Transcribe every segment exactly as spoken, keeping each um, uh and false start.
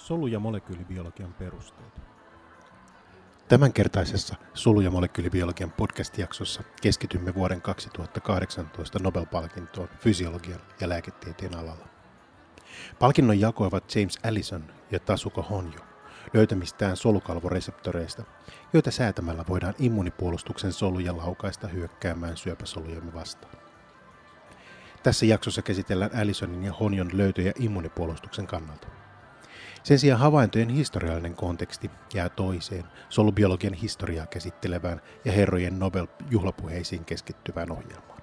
Solu- ja molekyylibiologian perusteet. Tämänkertaisessa solu- ja molekyylibiologian podcast-jaksossa keskitymme vuoden kaksituhattakahdeksantoista Nobel-palkintoon fysiologian ja lääketieteen alalla. Palkinnon jakoivat James Allison ja Tasuko Honjo löytämistään solukalvoreseptoreista, joita säätämällä voidaan immunipuolustuksen soluja laukaista hyökkäämään syöpäsolujemme vastaan. Tässä jaksossa käsitellään Allisonin ja Honjon löytöjä immunipuolustuksen kannalta. Sen sijaan havaintojen historiallinen konteksti jää toiseen, solubiologian historiaa käsittelevään ja herrojen Nobel-juhlapuheisiin keskittyvään ohjelmaan.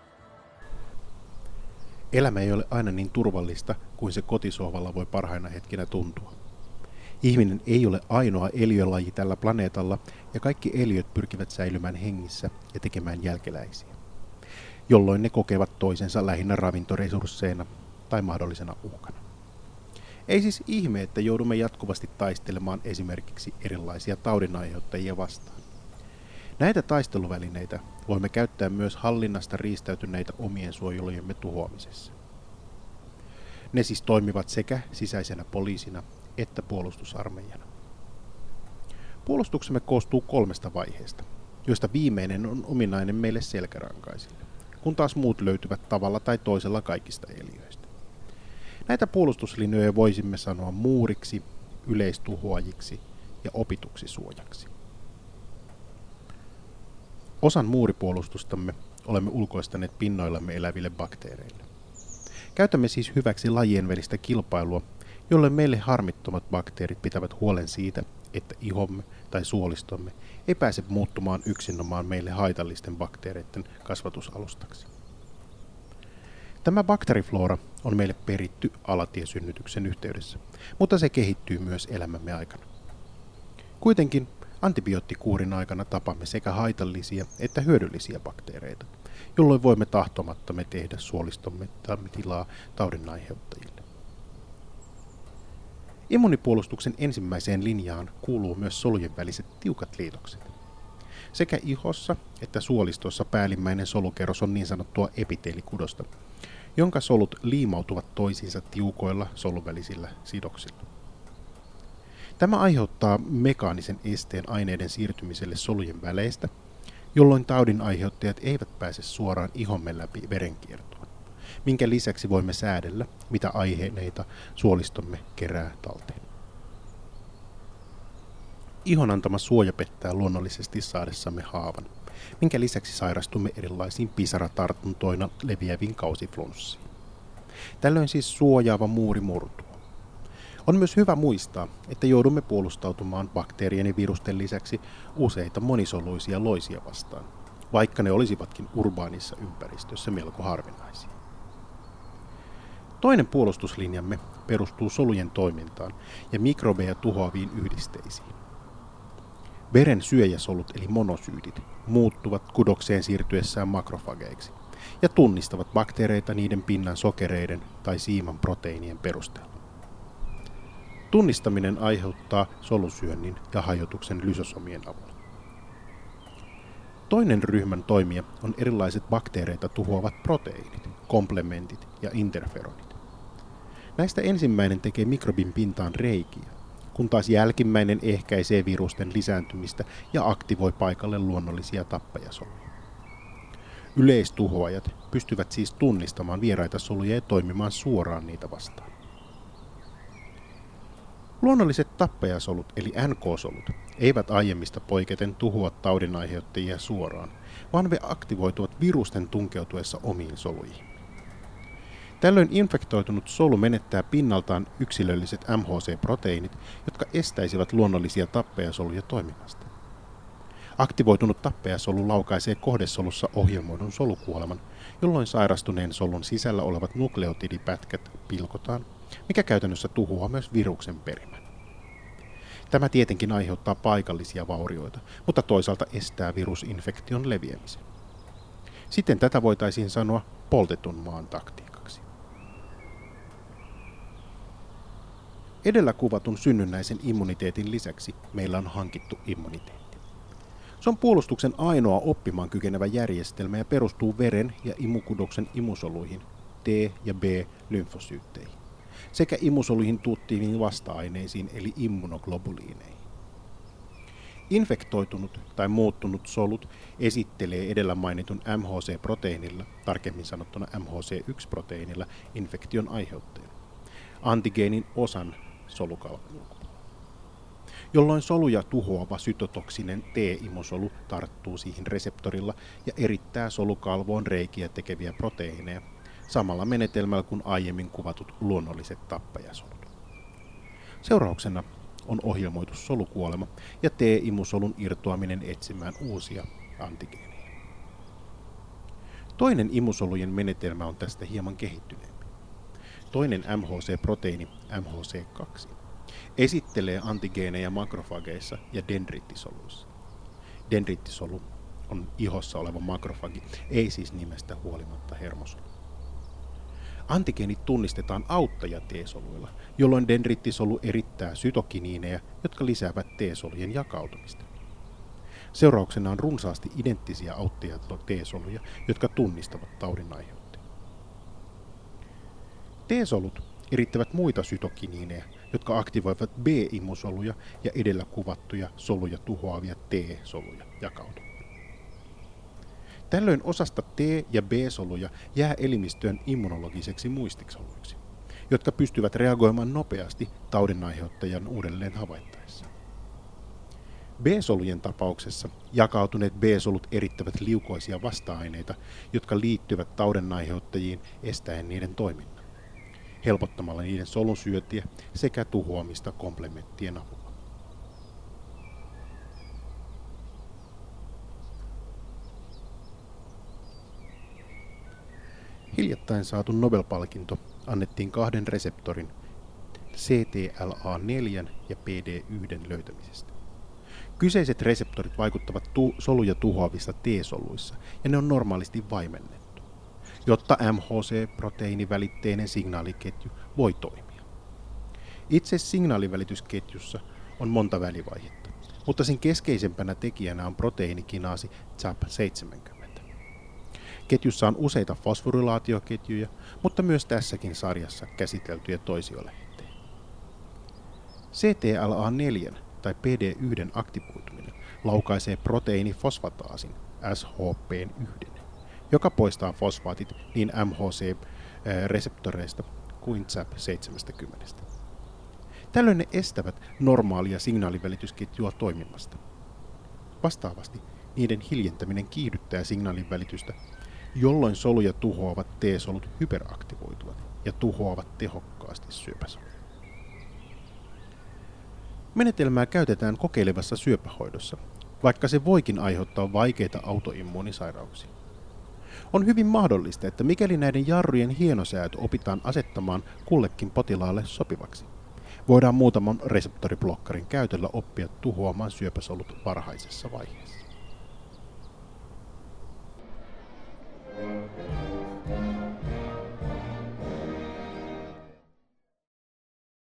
Elämä ei ole aina niin turvallista kuin se kotisohvalla voi parhaina hetkinä tuntua. Ihminen ei ole ainoa eliölaji tällä planeetalla ja kaikki eliöt pyrkivät säilymään hengissä ja tekemään jälkeläisiä, jolloin ne kokevat toisensa lähinnä ravintoresursseina tai mahdollisena uhkana. Ei siis ihme, että joudumme jatkuvasti taistelemaan esimerkiksi erilaisia taudinaiheuttajia vastaan. Näitä taisteluvälineitä voimme käyttää myös hallinnasta riistäytyneitä omien suojelujemme tuhoamisessa. Ne siis toimivat sekä sisäisenä poliisina että puolustusarmeijana. Puolustuksemme koostuu kolmesta vaiheesta, joista viimeinen on ominainen meille selkärankaisille, kun taas muut löytyvät tavalla tai toisella kaikista eliöistä. Näitä puolustuslinjoja voisimme sanoa muuriksi, yleistuhoajiksi ja opituksi suojaksi. Osan muuripuolustustamme olemme ulkoistaneet pinnoillamme eläville bakteereille. Käytämme siis hyväksi lajien välistä kilpailua, jolle meille harmittomat bakteerit pitävät huolen siitä, että ihomme tai suolistomme ei pääse muuttumaan yksinomaan meille haitallisten bakteereiden kasvatusalustaksi. Tämä bakteeriflora on meille peritty alatiesynnytyksen yhteydessä, mutta se kehittyy myös elämämme aikana. Kuitenkin antibioottikuurin aikana tapamme sekä haitallisia että hyödyllisiä bakteereita, jolloin voimme tahtomattamme tehdä suolistomme tilaa taudinaiheuttajille. Immunipuolustuksen ensimmäiseen linjaan kuuluu myös solujen väliset tiukat liitokset. Sekä ihossa että suolistossa päällimmäinen solukerros on niin sanottua epiteelikudosta, jonka solut liimautuvat toisiinsa tiukoilla soluvälisillä sidoksilla. Tämä aiheuttaa mekaanisen esteen aineiden siirtymiselle solujen väleistä, jolloin taudin aiheuttajat eivät pääse suoraan ihomme läpi verenkiertoon, minkä lisäksi voimme säädellä, mitä aineita suolistomme kerää talteen. Ihon antama suoja pettää luonnollisesti saadessamme haavan, minkä lisäksi sairastumme erilaisiin pisaratartuntoina leviäviin kausiflunssiin. Tällöin siis suojaava muuri murtuu. On myös hyvä muistaa, että joudumme puolustautumaan bakteerien ja virusten lisäksi useita monisoluisia loisia vastaan, vaikka ne olisivatkin urbaanissa ympäristössä melko harvinaisia. Toinen puolustuslinjamme perustuu solujen toimintaan ja mikrobeja tuhoaviin yhdisteisiin. Veren syöjäsolut eli monosyytit muuttuvat kudokseen siirtyessään makrofageiksi ja tunnistavat bakteereita niiden pinnan sokereiden tai siiman proteiinien perusteella. Tunnistaminen aiheuttaa solusyönnin ja hajotuksen lysosomien avulla. Toinen ryhmän toimija on erilaiset bakteereita tuhoavat proteiinit, komplementit ja interferonit. Näistä ensimmäinen tekee mikrobin pintaan reikiä, kun taas jälkimmäinen ehkäisee virusten lisääntymistä ja aktivoi paikalle luonnollisia tappajasoluja. Yleistuhoajat pystyvät siis tunnistamaan vieraita soluja ja toimimaan suoraan niitä vastaan. Luonnolliset tappajasolut eli N K-solut eivät aiemmista poiketen tuhoa taudinaiheuttajia suoraan, vaan ne aktivoituvat virusten tunkeutuessa omiin soluihin. Tällöin infektoitunut solu menettää pinnaltaan yksilölliset M H C-proteiinit, jotka estäisivät luonnollisia tappajasoluja toiminnasta. Aktivoitunut tappajasolu laukaisee kohdesolussa ohjelmoidun solukuoleman, jolloin sairastuneen solun sisällä olevat nukleotidipätkät pilkotaan, mikä käytännössä tuhoaa myös viruksen perimän. Tämä tietenkin aiheuttaa paikallisia vaurioita, mutta toisaalta estää virusinfektion leviämisen. Siten tätä voitaisiin sanoa poltetun maan taktiikaksi. Edellä kuvatun synnynnäisen immuniteetin lisäksi meillä on hankittu immuniteetti. Se on puolustuksen ainoa oppimaan kykenevä järjestelmä ja perustuu veren ja imukudoksen imusoluihin, T- ja B-lymfosyytteihin, sekä imusoluihin tuuttiviin vasta-aineisiin eli immunoglobuliineihin. Infektoitunut tai muuttunut solut esittelee edellä mainitun M H C-proteiinilla, tarkemmin sanottuna M H C yksi -proteiinilla, infektion aiheuttajana, antigeenin osan solukalvon ulkopuolella, jolloin soluja tuhoava sytotoksinen T-imusolu tarttuu siihen reseptorilla ja erittää solukalvoon reikiä tekeviä proteiineja, samalla menetelmällä kuin aiemmin kuvatut luonnolliset tappajasolut. Seurauksena on ohjelmoitu solukuolema ja T-imusolun irtoaminen etsimään uusia antigeeneja. Toinen imusolujen menetelmä on tästä hieman kehittyneempi. Toinen M H C-proteiini, M H C kaksi, esittelee antigeeneja makrofageissa ja dendriittisoluissa. Dendriittisolu on ihossa oleva makrofagi, ei siis nimestä huolimatta hermosolu. Antigeenit tunnistetaan auttaja-T-soluilla, jolloin dendriittisolu erittää sytokiniineja, jotka lisäävät T-solujen jakautumista. Seurauksena on runsaasti identtisiä auttaja-T-soluja, jotka tunnistavat taudin aiheuttajia. T-solut erittävät muita sytokiniineja, jotka aktivoivat B-imusoluja ja edellä kuvattuja soluja tuhoavia T-soluja jakautumaan. Tällöin osasta T- ja B-soluja jää elimistöön immunologiseksi muistisoluiksi, jotka pystyvät reagoimaan nopeasti taudin aiheuttajan uudelleen havaittaessa. B-solujen tapauksessa jakautuneet B-solut erittävät liukoisia vasta-aineita, jotka liittyvät taudin aiheuttajiin estäen niiden toiminnan, helpottamalla niiden solun syötiä sekä tuhoamista komplementtien avulla. Hiljattain saatu Nobel-palkinto annettiin kahden reseptorin C T L A neljä ja P D yksi löytämisestä. Kyseiset reseptorit vaikuttavat tu- soluja tuhoavissa T-soluissa ja ne on normaalisti vaimennettu, jotta M H C-proteiinivälitteinen signaaliketju voi toimia. Itse signaalivälitysketjussa on monta välivaihetta, mutta sen keskeisempänä tekijänä on proteiinikinaasi Z A P seitsemänkymmentä. Ketjussa on useita fosforilaatioketjuja, mutta myös tässäkin sarjassa käsiteltyjä toisiolähteitä. C T L A neljä tai P D yksi aktivoituminen laukaisee proteiinifosfataasin S H P yksi, joka poistaa fosfaatit niin M H C-reseptoreista kuin Z A P seitsemänkymmentä. Tällöin ne estävät normaalia signaalivälitysketjua toimimasta. Vastaavasti niiden hiljentäminen kiihdyttää signaalinvälitystä, jolloin soluja tuhoavat T-solut hyperaktivoituvat ja tuhoavat tehokkaasti syöpäsoluja. Menetelmää käytetään kokeilevassa syöpähoidossa, vaikka se voikin aiheuttaa vaikeita autoimmuunisairauksia. On hyvin mahdollista, että mikäli näiden jarrujen hienosäätö opitaan asettamaan kullekin potilaalle sopivaksi, voidaan muutaman reseptoriblokkarin käytöllä oppia tuhoamaan syöpäsolut varhaisessa vaiheessa.